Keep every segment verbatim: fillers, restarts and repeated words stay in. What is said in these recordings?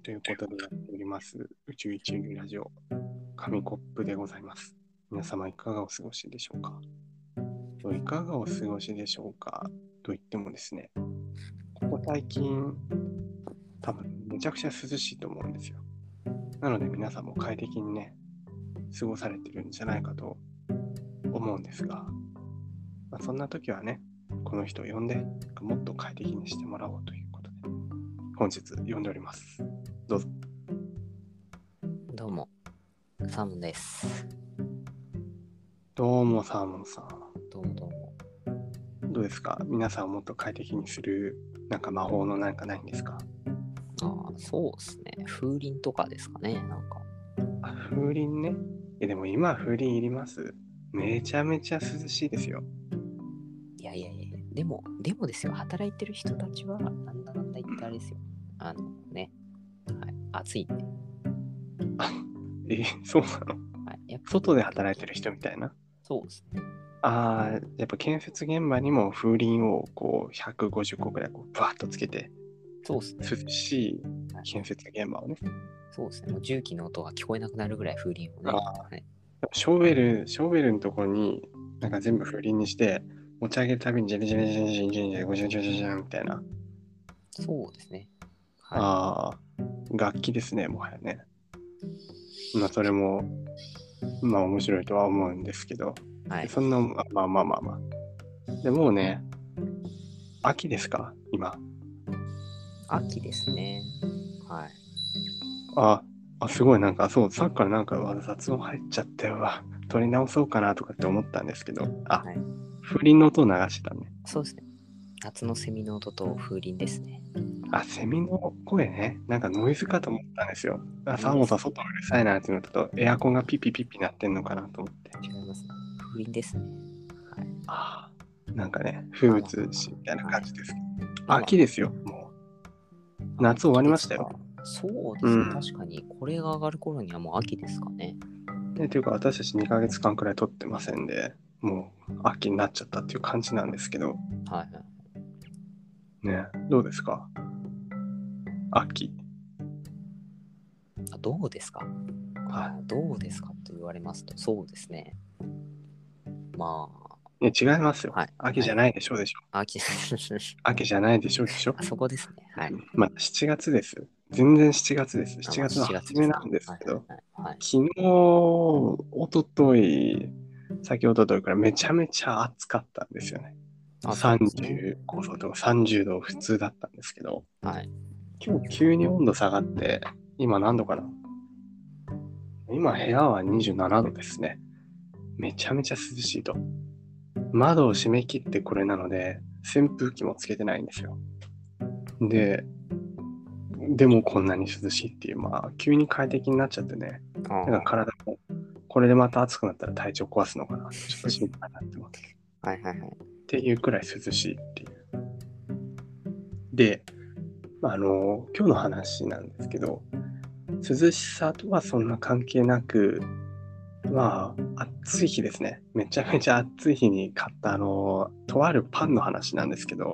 ということでやっております宇宙一流ラジオ紙コップでございます。皆様いかがお過ごしでしょうか。いかがお過ごしでしょうかと言ってもですね、ここ最近多分めちゃくちゃ涼しいと思うんですよ。なので皆さんも快適にね過ごされてるんじゃないかと思うんですが、まあ、そんな時はねこの人を呼んでもっと快適にしてもらおうということで本日呼んでおります。どうぞ。 どうも、サーモンです。 どうもサーモンさん。 どうもどうも。 どうですか？皆さんをもっと快適にするなんか魔法のなんかないんですか？ ああ、そうですね。風鈴とかですかね、なんか。 あ、風鈴ね。え、でも今風鈴いります？めちゃめちゃ涼しいですよ。 いやいやいや、でも、でもですよ、働いてる人たちは、なんだなんだ言ってあれですよ。あのね、はい、暑いんで。 あ、え、そうなの？ はい、やっぱ外で働いてる人みたいな。 そうですね。 ああ、やっぱ建設現場にも風鈴をこうひゃくごじゅっこくらいこうバーッとつけて、 そうですね。 涼しい建設現場をね。 そうですね。もう重機の音が聞こえなくなるぐらい風鈴をね。 あはい、 ショーベル、ショーベルのところになんか全部風鈴にして、持ち上げるたびにジェリジェリジェリジェリジェリジェリゴジェジェジェジェみたいな。 そうですね。はい、 ああ、楽器ですね、もはやね。まあ、それも、まあ面白いとは思うんですけど、 はい。 そんな、まあまあまあまあ。でもうね、秋ですか、今。 秋ですね。はい。 あ、あ、すごい、なんか、そう、さっきからなんか、わ雑音入っちゃったよわ。取り直そうかなとかって思ったんですけど、あ、 はい、 風鈴の音を流してたね。 そうですね。夏のセミの音と風鈴ですね。 あ、セミの声ね。なんかノイズかと思ったんですよ。あ、サーモンさん、 風鈴ですね。 外うるさいなっていうのと、エアコンがピッピピッピなってんのかなと思って。 違いますね。風鈴ですね。はい。 ああ、なんかね、風まあまあ物詩みたいなまあ、はい。 感じですけど。 まあまあま秋ですよ、もう。 あ、 夏終わ秋ですか。 りましたよ。 そうですね。 うん。 確かに、これが上がる頃にはもう秋ですかね。 ね、というか、私たちにかげつかんくらい撮ってませんで、もう秋になっちゃったっていう感じなんですけど、 はいはい。 ね、どうですか？秋。 あ、どうですか。 はあ、どうですかと言われますと、そうですね。まい。ね、違いますあ、 よ。 はい。はい。 秋じゃないでしょうでしょ。 秋。 秋じゃないでしょうでしょ。 あそこですね。はい。 まあ、しちがつです。全然しちがつです。 あ、まあ、 しちがつの 7月ですか。 初めなんですはいけど、 はいはい。はい。 昨日、おととい、先ほどといからめちゃめちゃ暑かったんですよね。 暑いですね。 さんじゅうごどとかさんじゅうど普通だったんですけど、 はい。 今日急に温度下がって、今何度かな？今部屋はにじゅうななどですね。めちゃめちゃ涼しいと。窓を閉め切ってこれなので、扇風機もつけてないんですよ。で、でもこんなに涼しいっていう、まあ、急に快適になっちゃってね。 あだから体も、これでまた暑くなったら体調壊すのかなって、ちょっと心配になってます。 あ。はいはいはい。 っていうくらい涼しいっていう。で、まあ、あの、今日の話なんですけど、涼しさとはそんな関係なく、まあ、暑い日ですね。めちゃめちゃ暑い日に買った、あの、とあるパンの話なんですけど、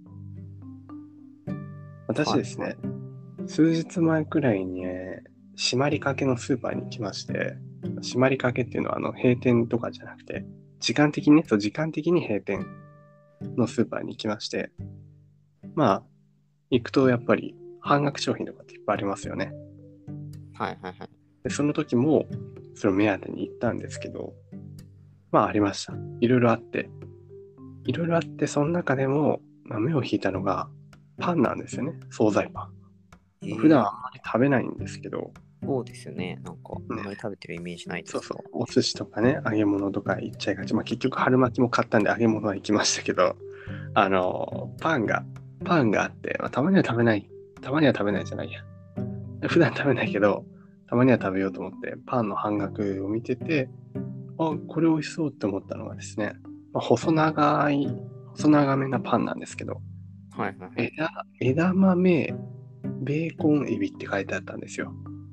私はいですね、数日前くらいに、ね、閉まりかけのスーパーに行きまして、閉まりかけっていうのはあの閉店とかじゃなくて、時間的にね、そう、時間的に閉店のスーパーに行きまして、まあ、行くとやっぱり半額商品とかっていっぱいありますよね。 はいはいはい。 で、その時も、それを目当てに行ったんですけど、まあありました。いろいろあって。いろいろあって、その中でも、まあ、目を引いたのがパンなんですよね。惣菜パン。普段あんえー、 まり食べないんですけど、 そうですよね。なんか、あんね、 まり食べてるイメージないですが。 そうそう、お寿司とかね、揚げ物とか行っちゃいがち。まあ結局春巻きも買ったんで揚げ物は行きましたけど、あの、パンが、パンがあって、まあ、たまには食べない、たまには食べないじゃないや。普段食べないけど、たまには食べようと思って、パンの半額を見てて、あ、これ美味しそうって思ったのがですね、まあ、細長い、細長めなパンなんですけど、 はいはいはい。 枝、枝豆、ベーコンエビって書いてあったんですよ。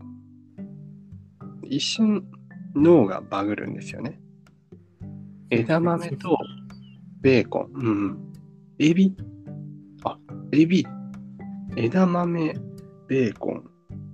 一瞬脳がバグるんですよね。枝豆とベーコン、うん。エビ、あ、エビ、枝豆、ベーコン。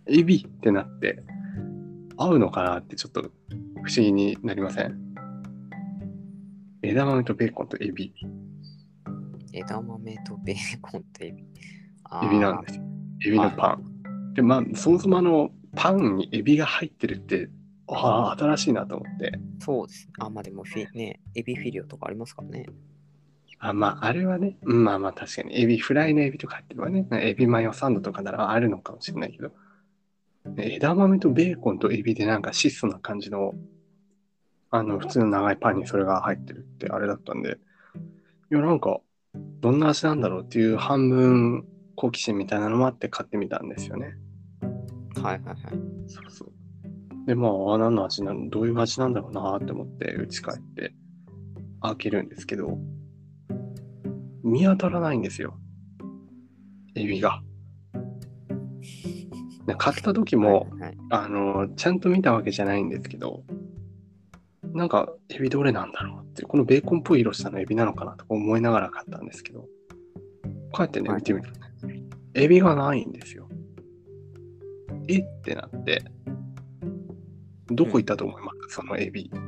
エビってなって、合うのかなってちょっと不思議になりません？枝豆とベーコンとエビ。 枝豆とベーコンとエビ。 エビなんあですよ。エビあ、 のパン。で、まあ、そもそもあの、パンにエビが入ってるって、ああ、新しいなと思って。 そうですね。あ、まあでもフィ、ね、エビフィリオとかありますからね。 あ、まあ、あれはね、うん、まあまあ確かに、エビ、フライのエビとか入ってればね、エビマヨサンドとかならあるのかもしれないけど、枝豆とベーコンとエビでなんか質素な感じの、あの、普通の長いパンにそれが入ってるってあれだったんで、いや、なんか、どんな味なんだろうっていう半分好奇心みたいなのもあって買ってみたんですよね。 はいはいはい。 そうそう。で、まあ、あ何の味なの、どういう味なんだろうなって思って、家帰って開けるんですけど、見当たらないんですよ、エビが。で買った時も、 はいはいはい。 あの、ちゃんと見たわけじゃないんですけど、なんか、エビどれなんだろうって、このベーコンっぽい色したのエビなのかなとか思いながら買ったんですけど、帰ってね、 はい見てみるとね、エビがないんですよ。えってなって、どこ行ったと思います、そのエビ。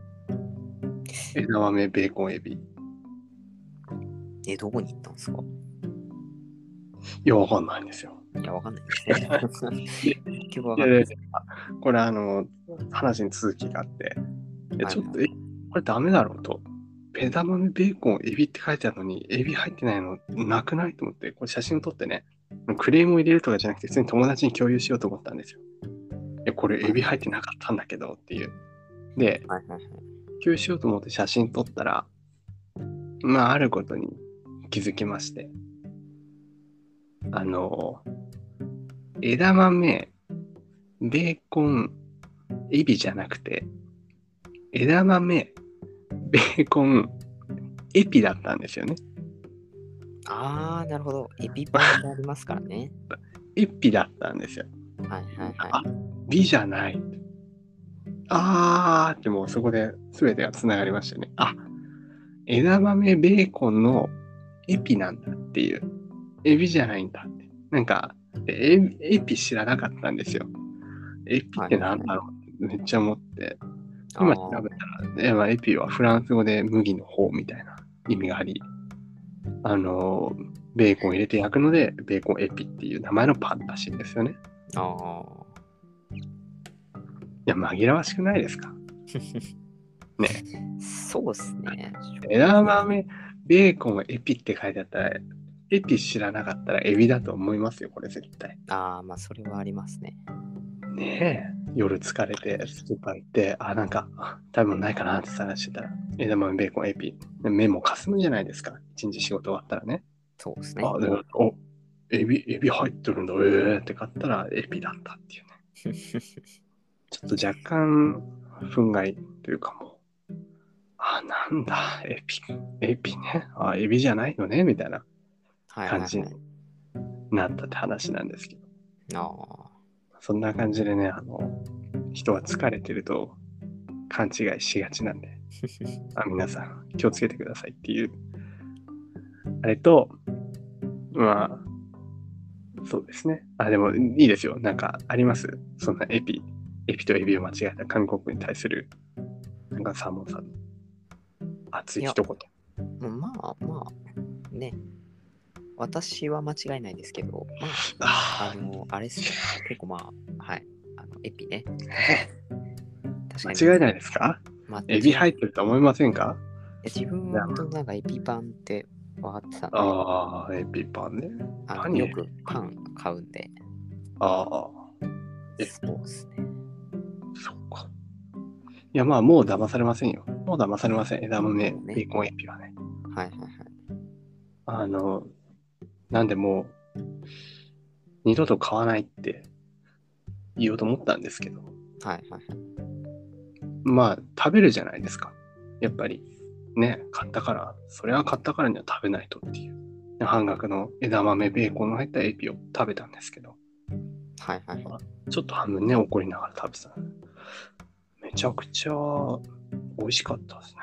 枝豆、ベーコン、エビ。いえ、どこに行ったんですか？ や、わかんないんですよ。 いや、わかんないですね。結局わいやいやかんないです。 これあの、話に続きがあって、えちょっと、え、これダメだろうと。枝豆、ベーコン、エビって書いてあるのに、エビ入ってないのなくないと思って、これ写真を撮ってね、クレームを入れるとかじゃなくて、普通に友達に共有しようと思ったんですよ。え、これエビ入ってなかったんだけどっていう。で、 はいはいはい。 共有しようと思って写真撮ったら、まあ、あることに気づきまして、あの、枝豆、ベーコン、エビじゃなくて、枝豆、ベーコン、エピだったんですよね。 あー、なるほど。エビ版もありますからね。 エピだったんですよ。 はいはいはい。 あ、ビじゃない。あーってもうそこで全てがつながりましたね。あ、枝豆ベーコンのエピなんだっていう。エビじゃないんだって。なんか、エエピ知らなかったんですよ。エピってなんだろうってめっちゃ思って。今調べたら、まあ、エピはフランス語で麦の方みたいな意味があり、あの、ベーコンを入れて焼くので、ベーコンエピっていう名前のパンらしいんですよね。 ああ。 いや、紛らわしくないですかね。 そうっすね。 枝豆、ベーコン、エピって書いてあったら、エピ知らなかったらエビだと思いますよ、これ絶対。 ああ、まあそれはありますね。 ねえ。夜疲れてスーパー行って、あ、なんか食べ物ないかなって探してたら、枝豆、ベーコン、エピ。目もかすむじゃないですか。一日仕事終わったらね。 そうですね。 あ、でお、エビ、エビ入ってるんだ、ええーって買ったらエビだったっていうね。ちょっと若干、憤慨というかもう、あ、なんだ、エピ、エピね。あ、エビじゃないのね、みたいなはいはいはい。 感じになったって話なんですけど。 ああ。 そんな感じでね、あの、人は疲れてると勘違いしがちなんで、あ、皆さん気をつけてくださいっていう。あれと、まあ、そうですね。あ、でもいいですよ。なんかあります。そんなエピ、エピとエビを間違えた韓国に対する、なんかサーモンさんの熱い一言。 まあまあ、ね。私は間違いないですけど、まあ、 ああの、あれっすよ。結構まあ、はい。あの、エピね。確かに。 間違いないですか？ まあ、 エビ入ってると思いませんか？ 自分は本当になんかエピパンって分かってたんで、 ああ、エピパンね。 あパンにのよくパン買うんで、 ああ、えそうですね。 そっか。いや、まあ、もう騙されませんよ。もう騙されません。枝豆、 もうねベーコンエピはね。 はいはいはい。 あの、なんでもう、二度と買わないって言おうと思ったんですけど、 はいはいはい。 まあ、食べるじゃないですか。やっぱり、ね、買ったから、それは買ったからには食べないとっていう。半額の枝豆、ベーコンの入ったエピを食べたんですけど、 はいはいはい。 ちょっと半分ね、怒りながら食べてた。めちゃくちゃ美味しかったですね。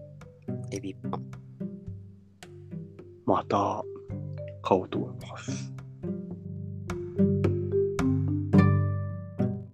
エビパン。 また買おうと思います。